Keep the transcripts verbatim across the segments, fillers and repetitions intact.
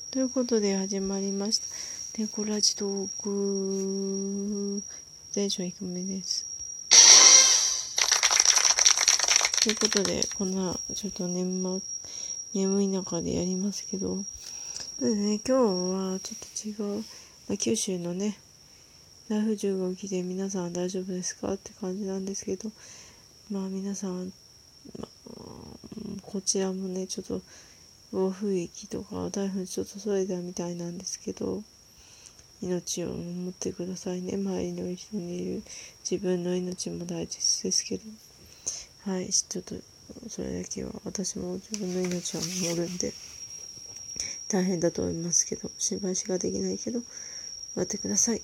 ということで始まりました。で、コラジトーク、テンション低めです。ということで、こんな、ちょっと年末、眠い中でやりますけど、でね、今日はちょっと違う、まあ、九州のね、台風じゅうごきで皆さん大丈夫ですかって感じなんですけど、まあ皆さん、まあ、こちらもね、ちょっと暴風域とか台風ちょっとそれだみたいなんですけど、命を守ってくださいね。周りの人にいる自分の命も大切ですけど、はい、ちょっとそれだけは私も自分の命は守るんで大変だと思いますけど、心配しかできないけど待ってください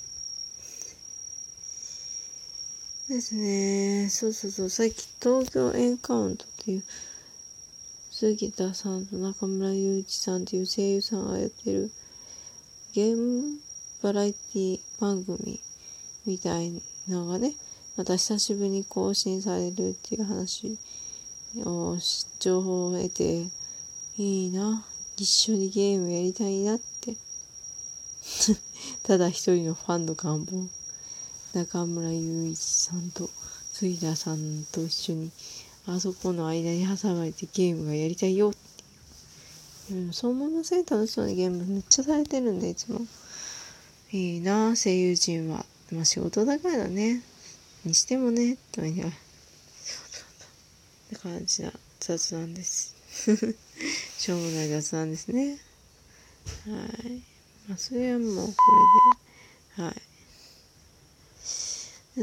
ですね。そうそうそう、さっき東京エンカウントっていう杉田さんと中村雄一さんっていう声優さんがやってるゲームバラエティ番組みたいなのがね、また久しぶりに更新されるっていう話を情報を得て、いいな、一緒にゲームやりたいなってただ一人のファンの願望、中村雄一さんと杉田さんと一緒にあそこの間に挟まれてゲームがやりたいよっていう、うん、そう思いません？楽しそうなゲームめっちゃされてるんで、いつもいいな、声優陣は。まあ仕事だからね、にしてもねと思いながらって感じな雑談ですしょうもない雑談ですね。はい、まあそれはもうこれで、はい、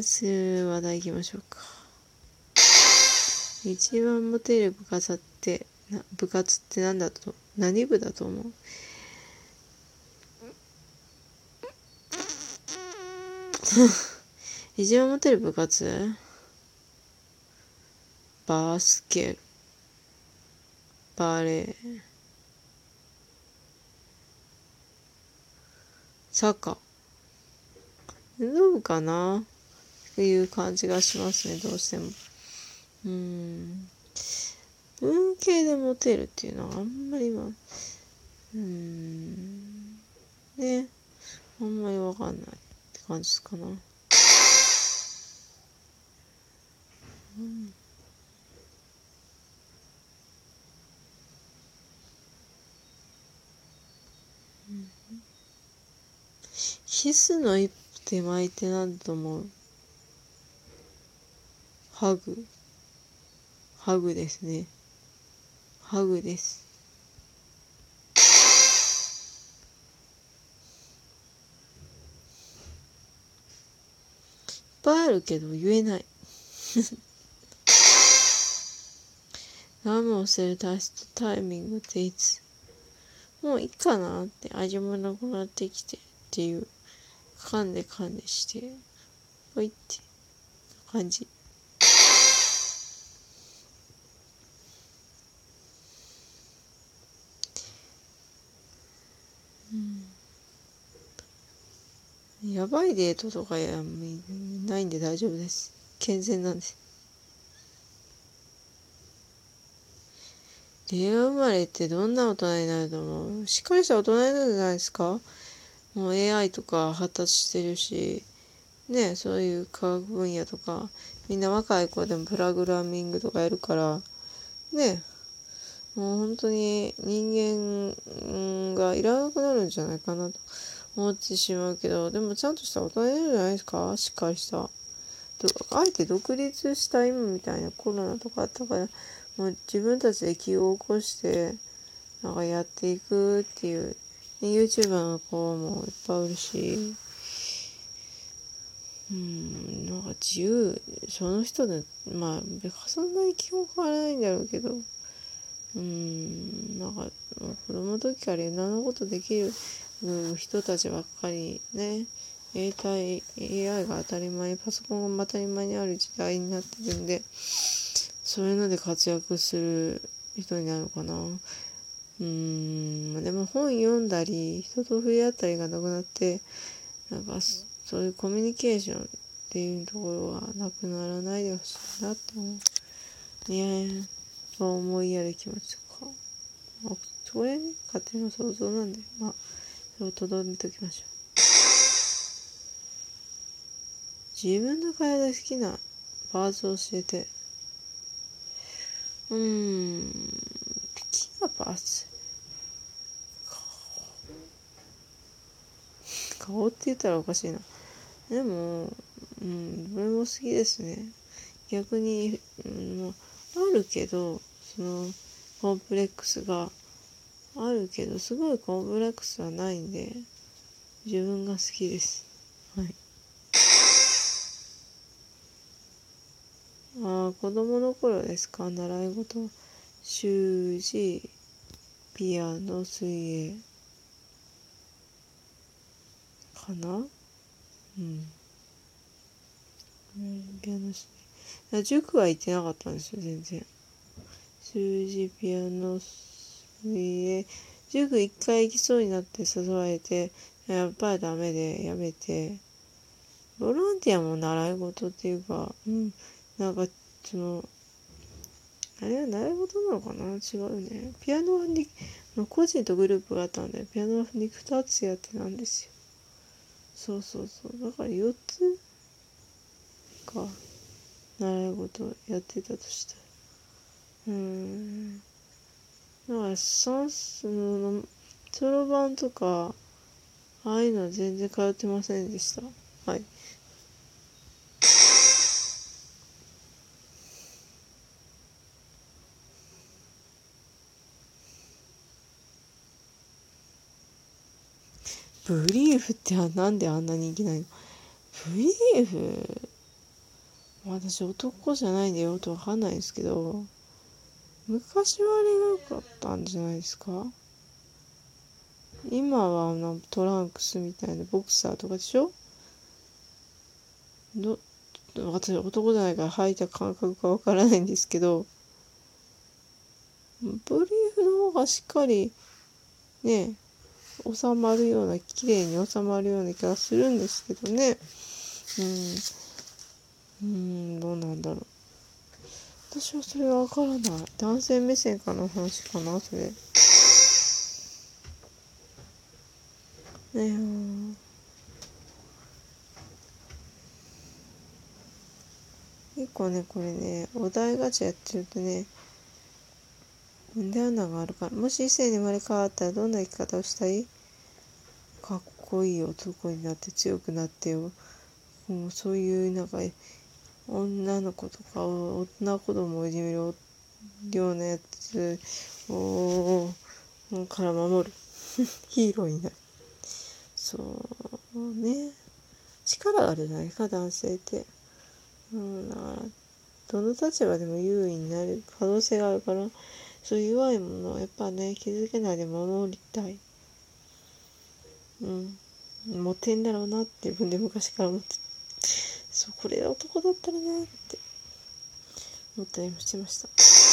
それ話題いきましょうか。一番モテる部活ってな部活って何だと何部だと思う？一番モテる部活、バスケ、バレー、サッカー、どうかなっていう感じがしますね、どうしても。うーん、文系でモテるっていうのはあんまり今、うーん、ね、あんまりわかんないって感じかな。うん、キスの一歩手前って何だと思う？ハグ。ハグですね。ハグです。いっぱいあるけど言えない。ラムを捨てる大切タイミングっていつ？もういいかなって、味もなくなってきてっていう、噛んで噛んでしてほいって感じ。うん、やばいデートとかやないんで大丈夫です。健全なんです。令和生まれってどんな大人になると思う？しっかりした大人になるんじゃないですか？もう エーアイ とか発達してるしね、そういう科学分野とかみんな若い子でもプログラミングとかやるからね、もう本当に人間がいらなくなるんじゃないかなと思ってしまうけど、でもちゃんとした大人になるんじゃないですか？しっかりした、あえて独立した今みたいなコロナとかあったから、もう自分たちで気を起こしてなんかやっていくっていう、ね、YouTuber の子もいっぱいいるし、うん、なんか自由、その人で、まあ別にそんなに基本変わらないんだろうけど、うん、なんか子供の時からいろんなことできる人たちばっかりね、エーアイ、エーアイ が当たり前、パソコンが当たり前にある時代になってるんで、そういうので活躍する人になるのかな。うーん、でも本読んだり人と触れ合ったりがなくなって、なんかそういうコミュニケーションっていうところはなくならないでほしいなと思うね。そう思いやる気持ちとかこれね、勝手な想像なんで、まあ、それをとどめておきましょう。自分の体好きなパーツを教えて。うーん、好きなパーツ。顔って言ったらおかしいな。でも、うん、どれも好きですね。逆に、うん、あるけど、その、コンプレックスがあるけど、すごいコンプレックスはないんで、自分が好きです。はい。ああ、子供の頃ですか、習い事。習字、ピアノ、水泳かな。うん。ピアノですね。塾は行ってなかったんですよ、全然。習字、ピアノ、水泳。塾一回行きそうになって誘われて、やっぱりダメでやめて、ボランティアも習い事っていうか、うん、なんか、その、あれは習い事なのかな、違うね。ピアノはに、個人とグループがあったんで、ピアノはにふたつやってたんですよ。そうそうそう。だからよっつか、習い事やってたとしたら。うーん。だから、算数の、そろばんとか、ああいうのは全然通ってませんでした。はい。ブリーフってなんであんな人気ないの？ブリーフ、私男じゃないんでよくわかんないんですけど、昔はあれが良かったんじゃないですか？今はあのトランクスみたいなボクサーとかでしょ？ど私男じゃないから履いた感覚がわからないんですけど、ブリーフの方がしっかりね、収まるような、綺麗に収まるような気がするんですけどね。うん、うん、どうなんだろう。私はそれはわからない。男性目線からの話かな、それ。ねえ、結構ね、これね、お題ガチャやってるとね、なんで穴があるから。もし異性に生まれ変わったらどんな生き方をしたい？かっこいい男になって強くなってよ。もうそういうなんか女の子とか女子供をいじめるようなやつをから守るヒーローになる。そうね。力があるじゃないか、男性って。うん、だからどの立場でも優位になる可能性があるから、そういう弱いものをやっぱね、気づけないで守りたい。うん。モテんだろうなって自分で昔から思って、そう、これ男だったらなって思ったりもしてました。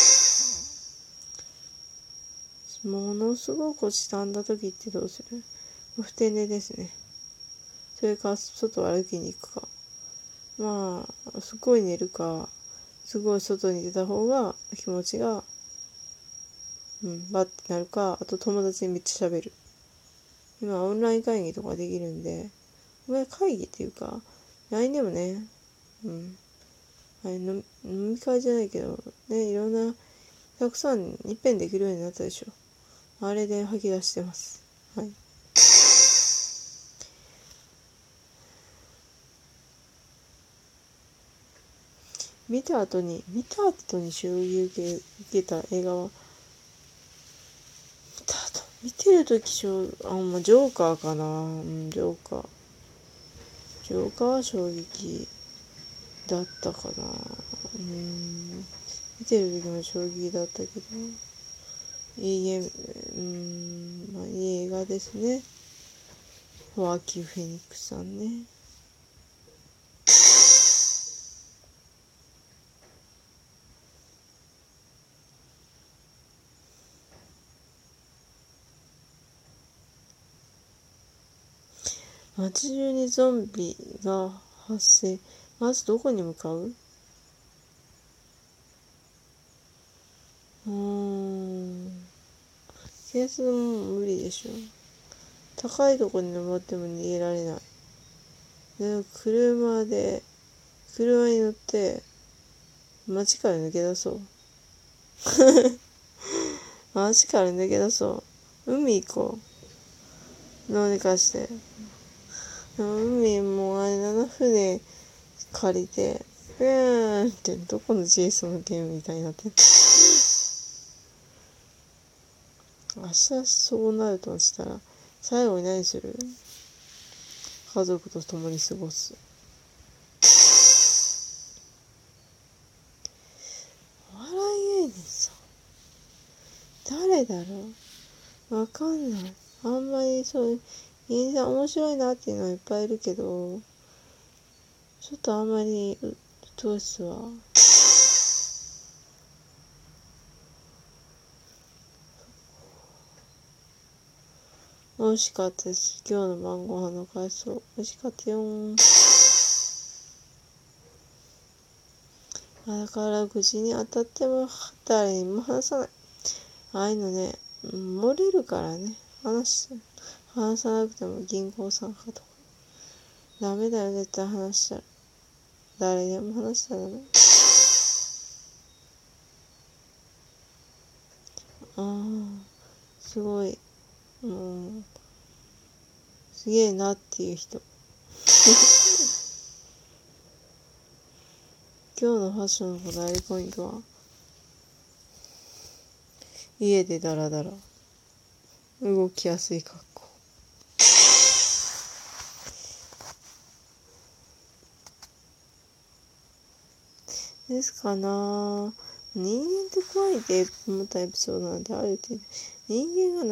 ものすごく落ちたんだ時ってどうする？不定寝ですね。それか外を歩きに行くか。まあ、すごい寝るか、すごい外に出た方が気持ちが、うん、バッてなるか、あと友達にめっちゃ喋る。今オンライン会議とかできるんで、これ会議っていうか、ライン でもね、うん、はい、飲み会じゃないけど、ね、いろんな、たくさんいっぺんできるようになったでしょ。あれで吐き出してます。はい。見た後に、見た後に衝撃受けた映画は、見た後、見てるとき、しょあ、まあ、ジョーカーかな。うん、ジョーカー。ジョーカーは衝撃だったかな。うん。見てる時も衝撃だったけど、いいえ、うん、まあ、いい映画ですね。ホアキン・フェニックスさんね。街中にゾンビが発生。まずどこに向かう？うーん。 いや、それも無理でしょ。高いところに登っても逃げられない。で、車で、車に乗って、街から抜け出そう。街から抜け出そう。海行こう。どうにかして。海もあれだな、船借りて、うーんって、どこのジェイソンのゲームみたいになってん明日そうなるとしたら、最後に何する？家族と共に過ごす。お笑い芸人さん。誰だろう？わかんない。あんまりそういう、芸人さん面白いなっていうのはいっぱいいるけど、ちょっとあんまり、うっとうしは。美味しかったです。今日の晩ご飯の感想。美味しかったよー。あ、だから口に当たっても誰にも話さない。ああいうのね、漏れるからね。話して、話さなくても銀行参加とか。ダメだよ、絶対話したら。誰でも話したらダメ。ああ、すごい。もう、すげえなっていう人。今日のファッションのこだわりポイントは、家でダラダラ。動きやすい格好。ですかな。人間って怖いって思ったエピソードなんてあるって、人間が